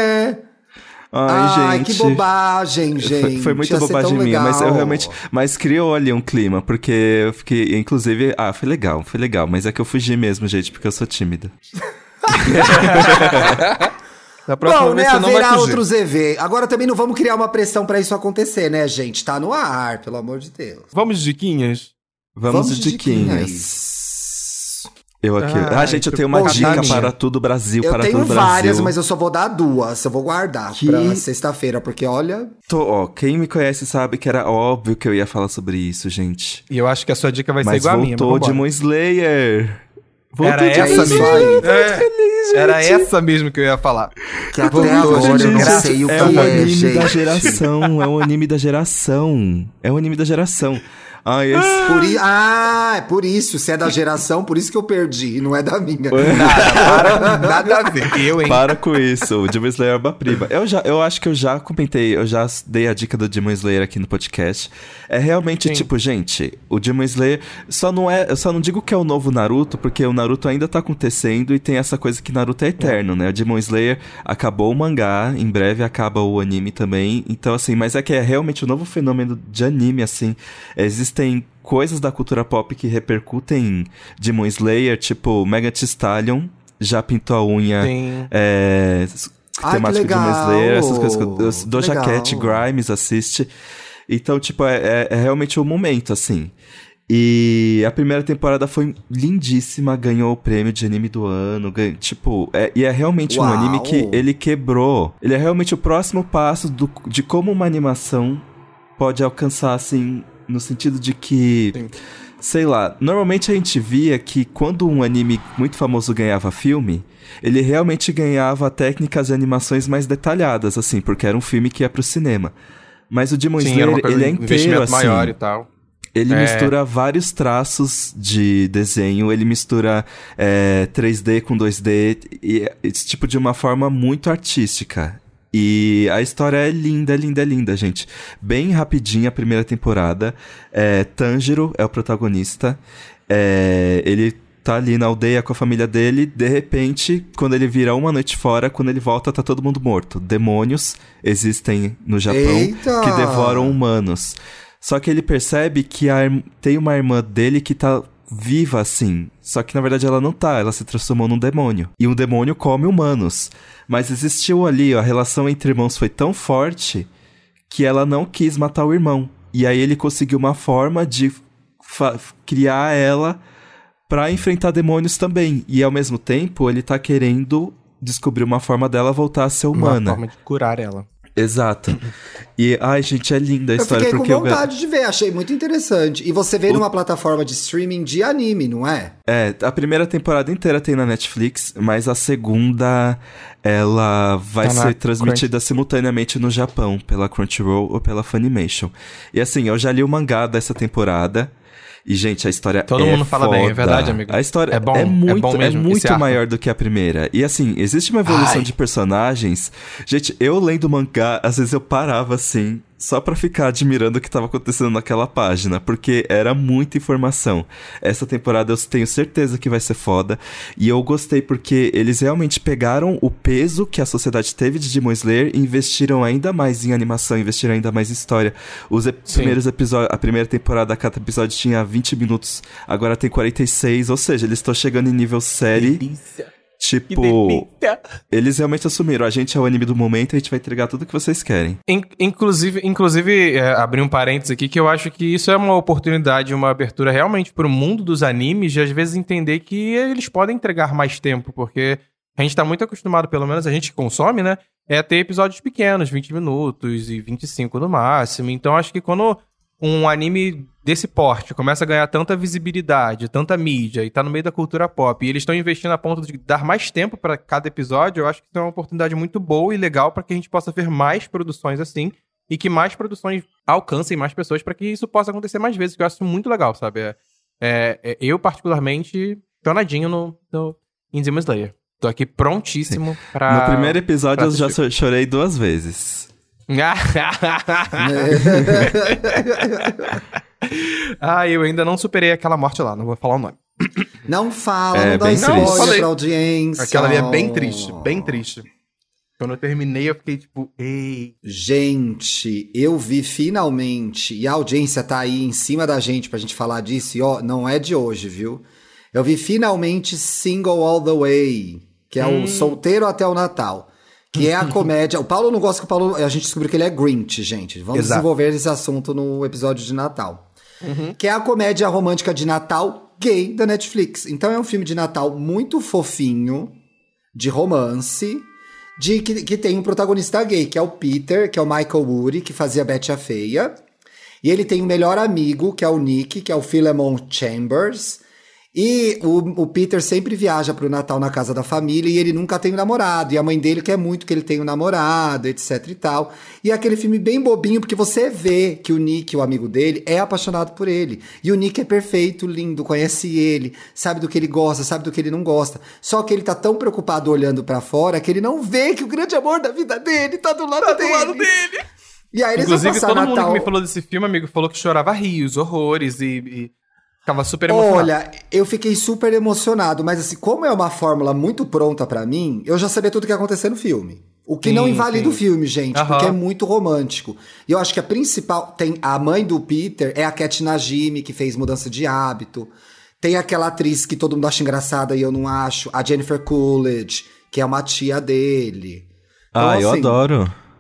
Ai, gente. Que bobagem, gente. Foi muito bobagem minha, mas eu realmente... Mas criou ali um clima, porque eu fiquei... Inclusive... foi legal. Mas é que eu fugi mesmo, gente, porque eu sou tímida. Bom, né, haverá outros EV. Agora também não vamos criar uma pressão pra isso acontecer, né, gente? Tá no ar, pelo amor de Deus. Vamos de diquinhas? Vamos de diquinhas. Eu aqui. Gente, eu tenho uma dica para todo o Brasil, para todo o Brasil. Eu tenho várias, mas eu só vou dar 2. Eu vou guardar pra sexta-feira, porque olha... Quem me conhece sabe que era óbvio que eu ia falar sobre isso, gente. E eu acho que a sua dica vai ser igual a minha. Mas voltou Demon Slayer. Era essa mesmo. Era essa mesmo que eu ia falar. Que até agora eu não sei o que é, gente. É um anime da geração. É por isso. Se é da geração, por isso que eu perdi. Não é da minha. Nada a ver. Para com isso. O Demon Slayer é uma prima. Eu acho que eu já comentei, eu já dei a dica do Demon Slayer aqui no podcast. É realmente, gente, o Demon Slayer eu só não digo que é o novo Naruto, porque o Naruto ainda tá acontecendo e tem essa coisa que Naruto é eterno, né? O Demon Slayer acabou o mangá, em breve acaba o anime também. Então, assim, mas é que é realmente um novo fenômeno de anime, assim. Existem coisas da cultura pop que repercutem Demon Slayer, tipo Megan Thee Stallion já pintou a unha temática de Demon Slayer, essas coisas. Doja Cat, Grimes assiste. Então, tipo, é realmente o momento, assim. E a primeira temporada foi lindíssima, ganhou o prêmio de anime do ano, e é realmente um anime que ele quebrou. Ele é realmente o próximo passo de como uma animação pode alcançar, assim, no sentido de que... Sim. Sei lá, normalmente a gente via que quando um anime muito famoso ganhava filme, ele realmente ganhava técnicas e animações mais detalhadas, assim, porque era um filme que ia pro cinema. Mas o Demon Slayer, ele é inteiro, assim... maior e tal. Ele mistura vários traços de desenho, ele mistura 3D com 2D, tipo de uma forma muito artística. E a história é linda, linda, linda, gente. Bem rapidinha a primeira temporada. Tanjiro é o protagonista. Ele tá ali na aldeia com a família dele. De repente, quando ele vira uma noite fora, quando ele volta, tá todo mundo morto. Demônios existem no Japão que devoram humanos. Só que ele percebe que tem uma irmã dele que tá viva, assim. Só que, na verdade, ela não tá. Ela se transformou num demônio. E um demônio come humanos. Mas existiu ali, a relação entre irmãos foi tão forte que ela não quis matar o irmão. E aí ele conseguiu uma forma de criar ela pra enfrentar demônios também. E, ao mesmo tempo, ele tá querendo descobrir uma forma dela voltar a ser humana. Uma forma de curar ela. Exato. E, ai, gente, é linda a história. Eu fiquei com vontade de ver, achei muito interessante. E você vê numa plataforma de streaming de anime, não é? A primeira temporada inteira tem na Netflix, mas a segunda, ela vai ser transmitida simultaneamente no Japão, pela Crunchyroll ou pela Funimation. E assim, eu já li o mangá dessa temporada. E, gente, a história Todo mundo fala foda. Bem, é verdade, amigo. A história é bom é mesmo, muito maior do que a primeira. E, assim, existe uma evolução de personagens. Gente, eu lendo o mangá, às vezes eu parava, assim, só pra ficar admirando o que tava acontecendo naquela página, porque era muita informação. Essa temporada eu tenho certeza que vai ser foda. E eu gostei porque eles realmente pegaram o peso que a sociedade teve de Demon Slayer e investiram ainda mais em animação, investiram ainda mais em história. Os primeiros episódios, a primeira temporada, cada episódio tinha 20 minutos, agora tem 46, ou seja, eles estão chegando em nível série. Delícia. Tipo, eles realmente assumiram, a gente é o anime do momento e a gente vai entregar tudo que vocês querem. Inclusive abrir um parênteses aqui, que eu acho que isso é uma oportunidade, uma abertura realmente pro mundo dos animes, de às vezes entender que eles podem entregar mais tempo, porque a gente tá muito acostumado, pelo menos a gente que consome, né, é ter episódios pequenos, 20 minutos e 25 no máximo. Então acho que quando um anime desse porte começa a ganhar tanta visibilidade, tanta mídia, e tá no meio da cultura pop, e eles estão investindo a ponto de dar mais tempo pra cada episódio, eu acho que isso é uma oportunidade muito boa e legal pra que a gente possa ver mais produções assim, e que mais produções alcancem mais pessoas pra que isso possa acontecer mais vezes, que eu acho isso muito legal, sabe? Eu, particularmente, tô nadinho no Demon Slayer. Tô aqui prontíssimo pra... No primeiro episódio eu já chorei 2 vezes. Eu ainda não superei aquela morte lá, não vou falar o nome. Não fala, não dá spoiler pra audiência. Aquela ali é bem triste, bem triste. Quando eu terminei, eu fiquei tipo, ei. Gente, eu vi finalmente, e a audiência tá aí em cima da gente pra gente falar disso, e ó, não é de hoje, viu? Eu vi finalmente Single All The Way, que é o Solteiro até o Natal. Que é a comédia... O Paulo não gosta que o Paulo... A gente descobriu que ele é Grinch, gente. Vamos desenvolver esse assunto no episódio de Natal. Que é a comédia romântica de Natal gay da Netflix. Então é um filme de Natal muito fofinho, de romance, que tem um protagonista gay, que é o Peter, que é o Michael Urie, que fazia Betty a Feia. E ele tem um melhor amigo, que é o Nick, que é o Philemon Chambers. E o Peter sempre viaja pro Natal na casa da família e ele nunca tem um namorado. E a mãe dele quer muito que ele tenha um namorado, etc e tal. E é aquele filme bem bobinho, porque você vê que o Nick, o amigo dele, é apaixonado por ele. E o Nick é perfeito, lindo, conhece ele, sabe do que ele gosta, sabe do que ele não gosta. Só que ele tá tão preocupado olhando pra fora que ele não vê que o grande amor da vida dele tá do lado dele. E aí eles Inclusive, vão passar todo Natal... mundo que me falou desse filme, amigo, falou que chorava rios, horrores e ficava super emocionado. Olha, eu fiquei super emocionado, mas assim, como é uma fórmula muito pronta pra mim, eu já sabia tudo o que ia acontecer no filme. O que não invalida o filme, gente, porque é muito romântico. E eu acho que a principal... A mãe do Peter é a Cat Najimy, que fez Mudança de Hábito. Tem aquela atriz que todo mundo acha engraçada e eu não acho, a Jennifer Coolidge, que é uma tia dele. Então, eu adoro.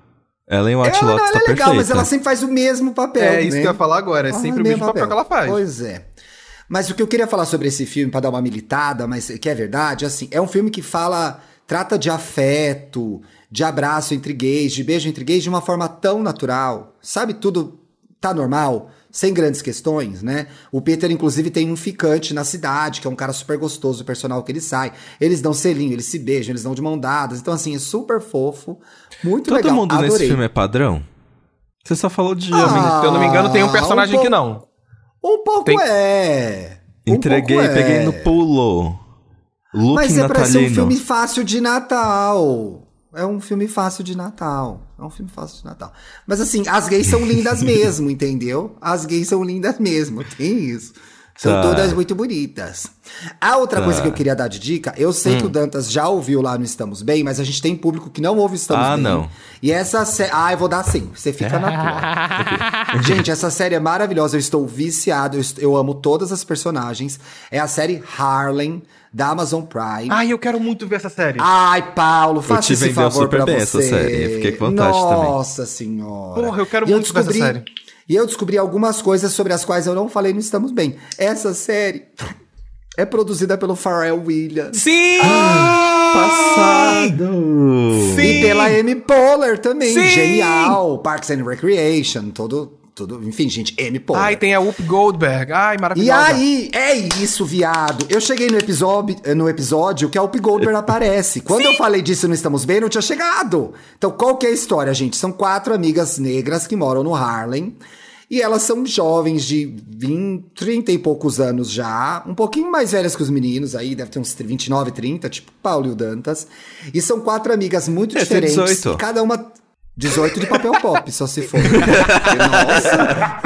Ela em White Lotus tá perfeita. Legal, mas ela sempre faz o mesmo papel, né? Isso que eu ia falar agora. É sempre o mesmo papel que ela faz. Pois é. Mas o que eu queria falar sobre esse filme, pra dar uma militada, mas que é verdade, assim, é um filme que trata de afeto, de abraço entre gays, de beijo entre gays de uma forma tão natural. Sabe, tudo tá normal, sem grandes questões, né? O Peter, inclusive, tem um ficante na cidade, que é um cara super gostoso, o personal que ele sai. Eles dão selinho, eles se beijam, eles dão de mão dadas. Então, assim, é super fofo, muito legal. Todo mundo nesse filme é padrão? Você só falou de homem. Se eu não me engano, tem um personagem que não. Um pouco é. Entreguei, peguei no pulo. Look Mas é natalino. pra ser um filme fácil de Natal. É um filme fácil de Natal. Mas assim, as gays são lindas mesmo, entendeu? As gays são lindas mesmo, tem isso. São todas muito bonitas. A outra coisa que eu queria dar de dica, eu sei que o Dantas já ouviu lá no Estamos Bem, mas a gente tem público que não ouve Estamos Bem. Ah, não. E essa série... eu vou dar sim, você fica na tua. Gente, essa série é maravilhosa, eu estou viciado, eu amo todas as personagens. É a série Harlem, da Amazon Prime. Ai, eu quero muito ver essa série. Ai, Paulo, faça esse favor pra você. Essa série. Eu fiquei com vontade também. Nossa senhora. Porra, eu quero muito ver essa série. E eu descobri algumas coisas sobre as quais eu não falei no Estamos Bem. Essa série é produzida pelo Pharrell Williams. Sim! Passado! Sim! E pela Amy Poehler também. Sim! Genial! Parks and Recreation, tudo. Enfim, gente, Amy Poehler. Ai, tem a Whoopi Goldberg. Ai, maravilhosa. E aí, é isso, viado. Eu cheguei no episódio que a Whoopi Goldberg aparece. Quando eu falei disso no Estamos Bem, não tinha chegado. Então, qual que é a história, gente? São 4 amigas negras que moram no Harlem. E elas são jovens de 30 e poucos anos já. Um pouquinho mais velhas que os meninos aí. Deve ter uns 29, 30, tipo Paulo e o Dantas. E são 4 amigas muito diferentes. 18. E cada uma... 18 de papel pop, só se for. Nossa!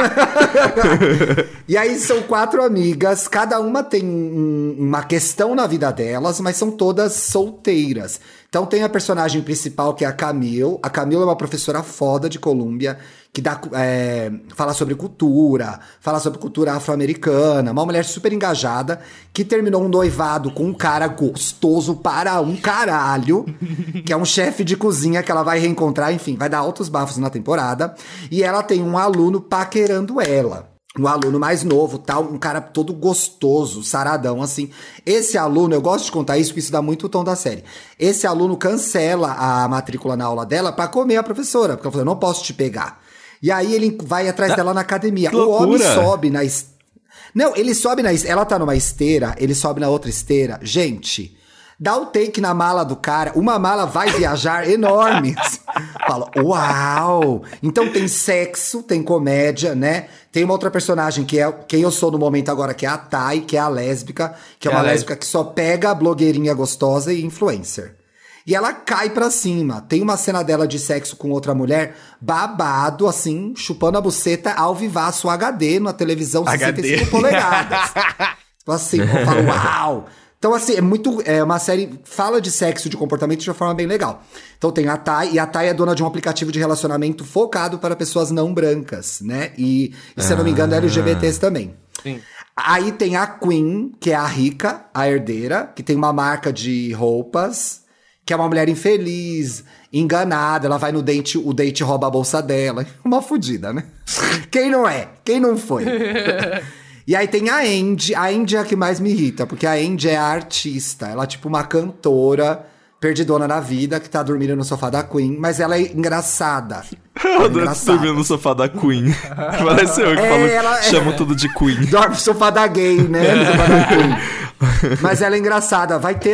E aí são 4 amigas, cada uma tem uma questão na vida delas, mas são todas solteiras. Então tem a personagem principal, que é a Camille. A Camille é uma professora foda de Colômbia, que fala sobre cultura afro-americana, uma mulher super engajada, que terminou um noivado com um cara gostoso para um caralho, que é um chefe de cozinha que ela vai reencontrar, enfim, vai dar altos bafos na temporada, e ela tem um aluno paquerando ela. Um aluno mais novo, tal, um cara todo gostoso, saradão, assim. Esse aluno, eu gosto de contar isso, porque isso dá muito o tom da série. Esse aluno cancela a matrícula na aula dela pra comer a professora, porque ela falou, não posso te pegar. E aí ele vai atrás dela na academia. O homem sobe na... Não, ele sobe na... Ela tá numa esteira, ele sobe na outra esteira. Gente... Dá o take na mala do cara, uma mala vai viajar enorme. Fala, uau! Então tem sexo, tem comédia, né? Tem uma outra personagem que é quem eu sou no momento agora, que é a Thay, que é a lésbica, que é uma lésbica que só pega a blogueirinha gostosa e influencer. E ela cai pra cima. Tem uma cena dela de sexo com outra mulher, babado, assim, chupando a buceta ao vivaço HD na televisão 65 polegadas. Assim, eu falo, uau! Então, assim, é uma série fala de sexo, de comportamento de uma forma bem legal. Então tem a Thay, e a Thay é dona de um aplicativo de relacionamento focado para pessoas não brancas, né? E se eu não me engano, LGBTs também. Sim. Aí tem a Queen, que é a rica, a herdeira, que tem uma marca de roupas, que é uma mulher infeliz, enganada, ela vai no date, o date rouba a bolsa dela. Uma fodida, né? Quem não é? Quem não foi? E aí tem a Andy é a que mais me irrita, porque a Andy é a artista, ela é tipo uma cantora perdidona na vida, que tá dormindo no sofá da Queen, mas ela é engraçada. Eu adoro dormindo no sofá da Queen. Parece eu que falo, chamo tudo de Queen. Dorme no sofá da gay, né? No sofá da Queen. Mas ela é engraçada, vai ter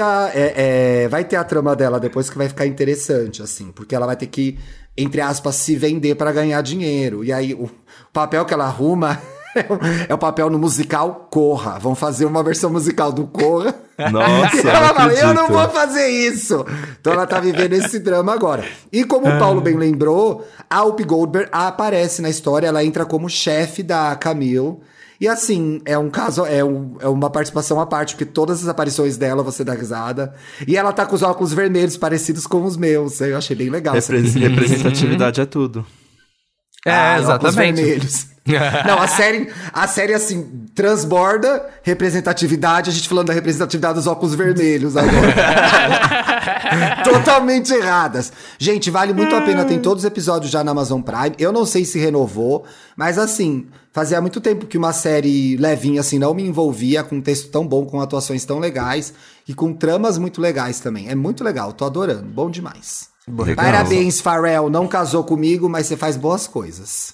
a trama dela depois que vai ficar interessante, assim, porque ela vai ter que, entre aspas, se vender pra ganhar dinheiro. E aí o papel que ela arruma... É o papel no musical Corra. Vão fazer uma versão musical do Corra. Nossa, e ela fala, eu não vou fazer isso. Então ela tá vivendo esse drama agora. E como o Paulo bem lembrou, a Whoopi Goldberg aparece na história. Ela entra como chefe da Camille. E assim, é um caso, é uma participação à parte, porque todas as aparições dela você dá risada. E ela tá com os óculos vermelhos parecidos com os meus. Eu achei bem legal. Representatividade é tudo. Exatamente. Não, a série, assim, transborda representatividade, a gente falando da representatividade dos óculos vermelhos agora. Totalmente erradas. Gente, vale muito a pena, tem todos os episódios já na Amazon Prime. Eu não sei se renovou, mas assim, fazia muito tempo que uma série levinha assim não me envolvia, com um texto tão bom, com atuações tão legais e com tramas muito legais também. É muito legal, tô adorando, bom demais. Legal. Parabéns, Pharrell. Não casou comigo, mas você faz boas coisas.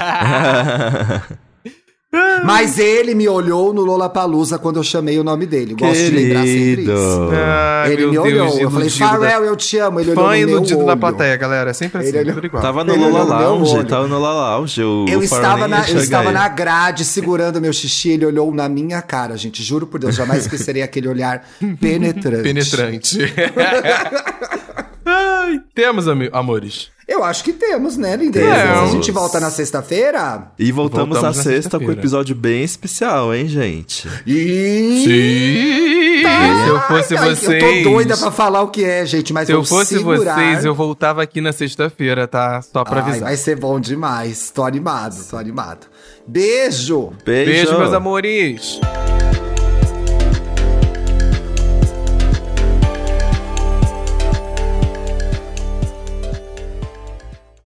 Mas ele me olhou no Lollapalooza quando eu chamei o nome dele. Gosto de lembrar sempre isso. Ele me olhou. Eu falei, Pharrell, eu te amo. Ele olhou no meu olho. Fã iludido da plateia, galera. É sempre assim, tudo igual. Tava no Lola Lounge. Eu estava na grade segurando meu xixi. Ele olhou na minha cara, gente. Juro por Deus, jamais esquecerei aquele olhar penetrante. Ai, temos, amores. Eu acho que temos, né, lindeza? A gente volta na sexta-feira. E voltamos na sexta com um episódio bem especial, hein, gente? Sim! Se eu fosse vocês... Eu tô doida pra falar o que é, gente, mas se eu fosse vocês, eu voltava aqui na sexta-feira, tá? Só pra avisar. Vai ser bom demais. Tô animado. Beijo! Beijo, meus amores!